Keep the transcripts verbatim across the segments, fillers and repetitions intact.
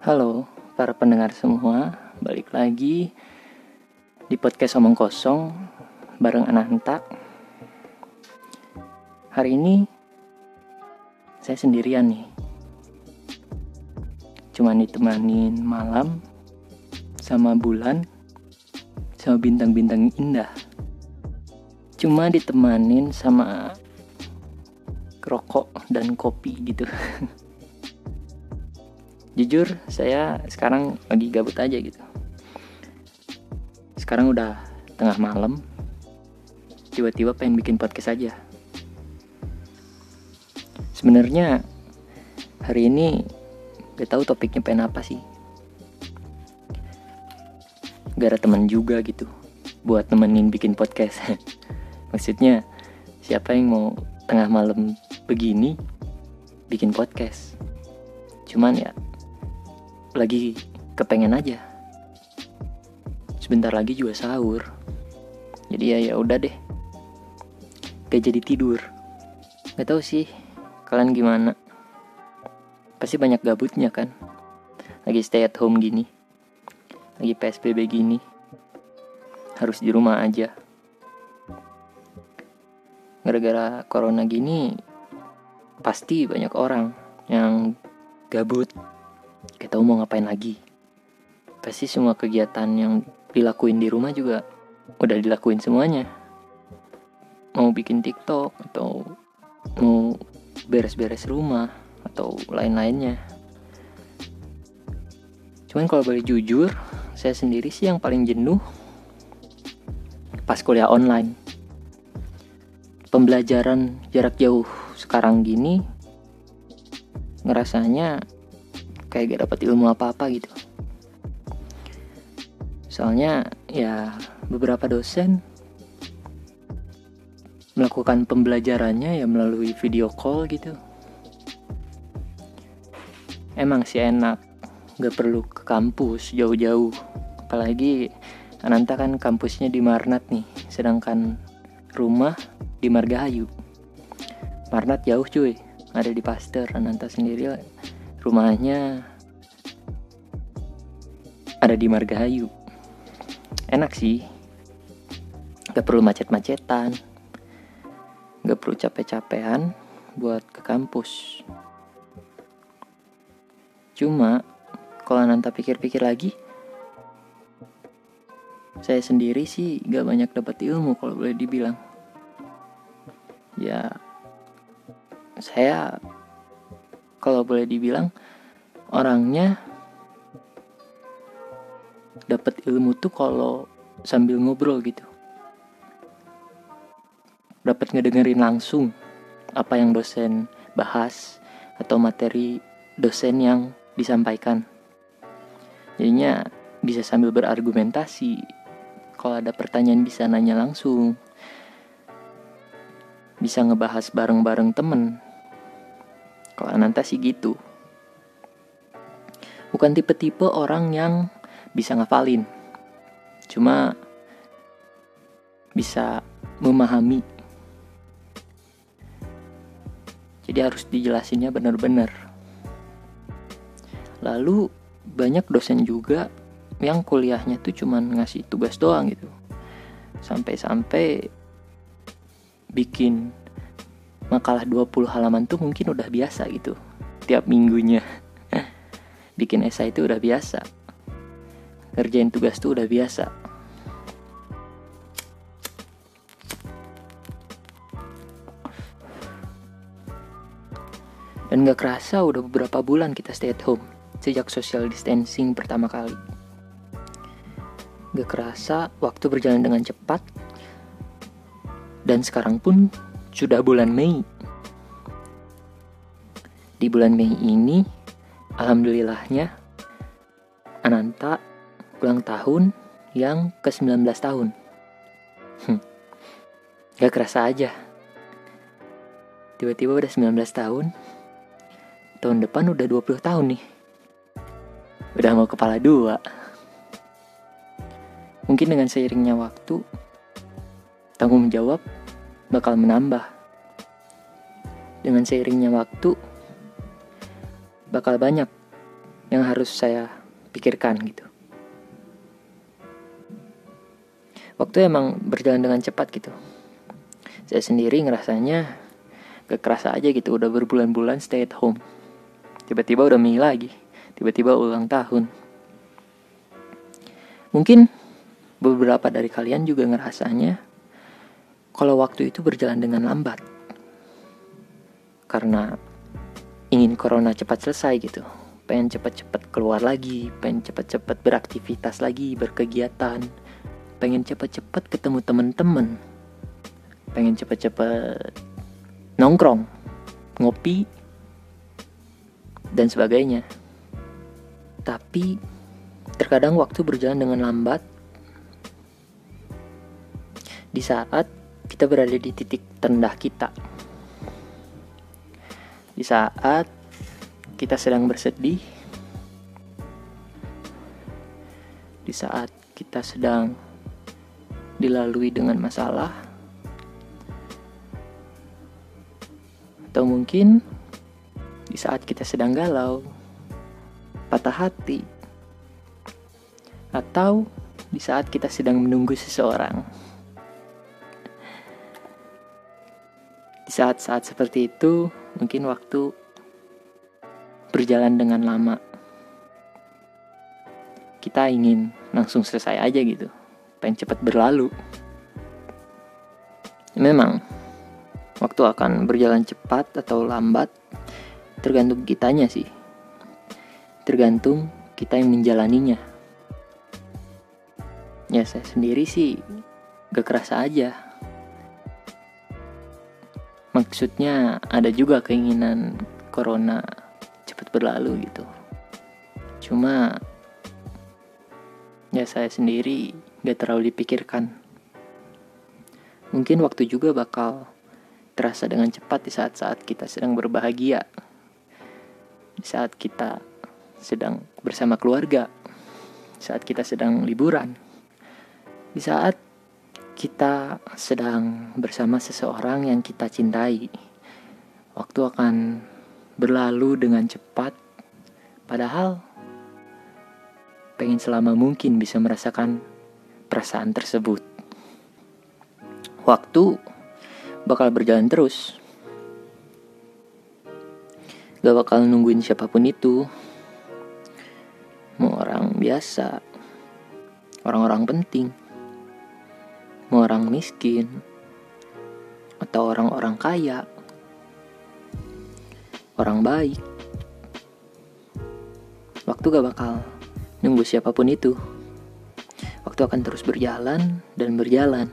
Halo para pendengar semua, balik lagi di podcast Omong Kosong bareng Ananta. Hari ini saya sendirian nih, cuman ditemanin malam sama bulan sama bintang-bintang indah. Cuma ditemanin sama rokok dan kopi gitu. Jujur saya sekarang lagi gabut aja gitu. Sekarang udah tengah malam, tiba-tiba pengen bikin podcast aja. Sebenarnya hari ini gak tahu topiknya pengen apa sih. Gak ada teman juga gitu buat nemenin bikin podcast. Maksudnya siapa yang mau tengah malam begini bikin podcast? Cuman ya lagi kepengen aja. Sebentar lagi juga sahur. Jadi ya ya udah deh. Gak jadi tidur. Gak tahu sih kalian gimana. Pasti banyak gabutnya kan. Lagi stay at home gini. Lagi P S B B gini. Harus di rumah aja. Gara-gara corona gini pasti banyak orang yang gabut. Gak tahu mau ngapain lagi. Pasti semua kegiatan yang dilakuin di rumah juga udah dilakuin semuanya. Mau bikin TikTok atau mau beres-beres rumah atau lain-lainnya. Cuman kalau boleh jujur, saya sendiri sih yang paling jenuh pas kuliah online. Pembelajaran jarak jauh sekarang gini ngerasanya kayak gak dapat ilmu apa-apa gitu. Soalnya ya beberapa dosen melakukan pembelajarannya ya melalui video call gitu. Emang sih enak, gak perlu ke kampus jauh-jauh. Apalagi Ananta kan kampusnya di Marnat nih, sedangkan rumah di Margahayu. Marnat jauh cuy, ada di Pasteur. Ananta sendiri rumahnya ada di Margahayu. Enak sih, gak perlu macet-macetan, gak perlu capek-capean buat ke kampus. Cuma kalau Ananta pikir-pikir lagi, saya sendiri sih gak banyak dapat ilmu kalau boleh dibilang. Ya saya kalau boleh dibilang orangnya dapat ilmu tuh kalau sambil ngobrol gitu. Dapat ngedengerin langsung apa yang dosen bahas atau materi dosen yang disampaikan. Jadinya bisa sambil berargumentasi. Kalau ada pertanyaan bisa nanya langsung. Bisa ngebahas bareng-bareng temen. Kalau Ananta sih gitu. Bukan tipe-tipe orang yang bisa ngafalin. Cuma bisa memahami. Jadi harus dijelasinnya benar-benar. Lalu banyak dosen juga yang kuliahnya tuh cuman ngasih tugas doang gitu. Sampai-sampai bikin makalah dua puluh halaman tuh mungkin udah biasa gitu tiap minggunya. Bikin esai itu udah biasa. Ngerjain tugas tuh udah biasa. Dan gak kerasa udah beberapa bulan kita stay at home sejak social distancing pertama kali. Gak kerasa waktu berjalan dengan cepat. Dan sekarang pun sudah bulan Mei. Di bulan Mei ini, alhamdulillahnya, Ananta ulang tahun yang ke sembilan belas tahun. Hmm. Gak kerasa aja. Tiba-tiba udah sembilan belas tahun. Tahun depan udah dua puluh tahun nih. Udah mau kepala dua. Mungkin dengan seiringnya waktu, tanggung jawab bakal menambah. Dengan seiringnya waktu, bakal banyak yang harus saya pikirkan gitu. Waktu emang berjalan dengan cepat gitu. Saya sendiri ngerasanya gak kerasa aja gitu, udah berbulan-bulan stay at home. Tiba-tiba udah Mei lagi, tiba-tiba ulang tahun. Mungkin beberapa dari kalian juga ngerasanya kalau waktu itu berjalan dengan lambat. Karena ingin corona cepat selesai gitu. Pengen cepat-cepat keluar lagi, pengen cepat-cepat beraktivitas lagi, berkegiatan. Pengen cepat-cepat ketemu teman-teman. Pengen cepat-cepat nongkrong, ngopi, dan sebagainya. Tapi terkadang waktu berjalan dengan lambat di saat kita berada di titik terendah kita. Di saat kita sedang bersedih. Di saat kita sedang dilalui dengan masalah, atau mungkin di saat kita sedang galau, patah hati, atau di saat kita sedang menunggu seseorang. Di saat-saat seperti itu, mungkin waktu berjalan dengan lama. Kita ingin langsung selesai aja gitu. Pengen cepat berlalu. Memang waktu akan berjalan cepat atau lambat tergantung kitanya sih. Tergantung kita yang menjalaninya. Ya saya sendiri sih gak kerasa aja. Maksudnya ada juga keinginan corona cepat berlalu gitu. Cuma ya saya sendiri gak terlalu dipikirkan. Mungkin waktu juga bakal terasa dengan cepat di saat-saat kita sedang berbahagia. Di saat kita sedang bersama keluarga. Di saat kita sedang liburan. Di saat kita sedang bersama seseorang yang kita cintai. Waktu akan berlalu dengan cepat. Padahal pengen selama mungkin bisa merasakan perasaan tersebut. Waktu bakal berjalan terus. Gak bakal nungguin siapapun itu. Mau orang biasa, orang-orang penting, mau orang miskin, atau orang-orang kaya, orang baik. Waktu gak bakal nunggu siapapun itu. Waktu akan terus berjalan dan berjalan.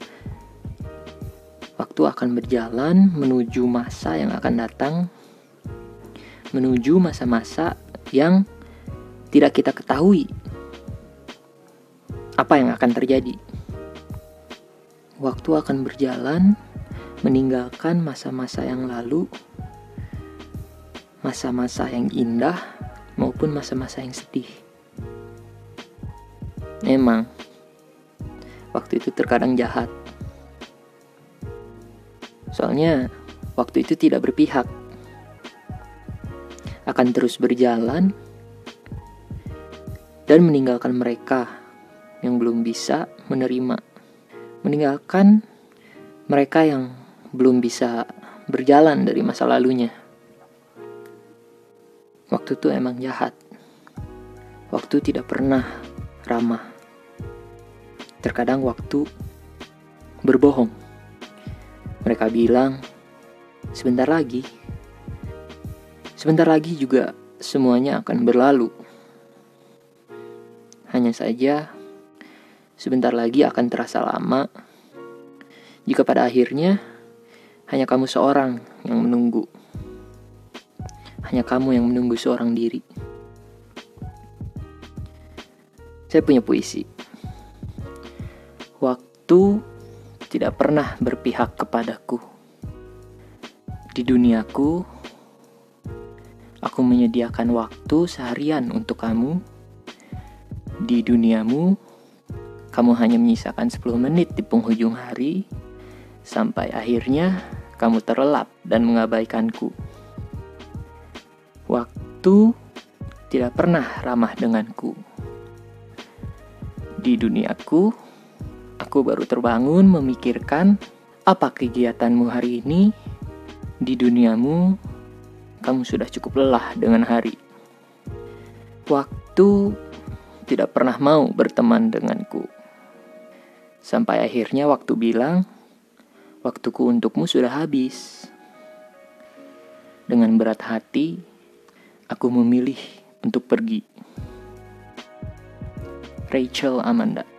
Waktu akan berjalan menuju masa yang akan datang. Menuju masa-masa yang tidak kita ketahui apa yang akan terjadi. Waktu akan berjalan meninggalkan masa-masa yang lalu. Masa-masa yang indah maupun masa-masa yang sedih. Memang waktu itu terkadang jahat. Soalnya waktu itu tidak berpihak. Akan terus berjalan dan meninggalkan mereka yang belum bisa menerima. Meninggalkan mereka yang belum bisa berjalan dari masa lalunya. Waktu itu emang jahat. Waktu tidak pernah ramah. Terkadang waktu berbohong. Mereka bilang, sebentar lagi. Sebentar lagi juga semuanya akan berlalu. Hanya saja, sebentar lagi akan terasa lama. Jika pada akhirnya, hanya kamu seorang yang menunggu. Hanya kamu yang menunggu seorang diri. Saya punya puisi. Waktu tidak pernah berpihak kepadaku. Di duniaku, aku menyediakan waktu seharian untuk kamu. Di duniamu, kamu hanya menyisakan sepuluh menit di penghujung hari. Sampai akhirnya, kamu terlelap dan mengabaikanku. Waktu tidak pernah ramah denganku. Di duniaku, aku baru terbangun memikirkan apa kegiatanmu hari ini. Di duniamu, kamu sudah cukup lelah dengan hari. Waktu tidak pernah mau berteman denganku. Sampai akhirnya waktu bilang, waktuku untukmu sudah habis. Dengan berat hati, aku memilih untuk pergi. Rachel Amanda.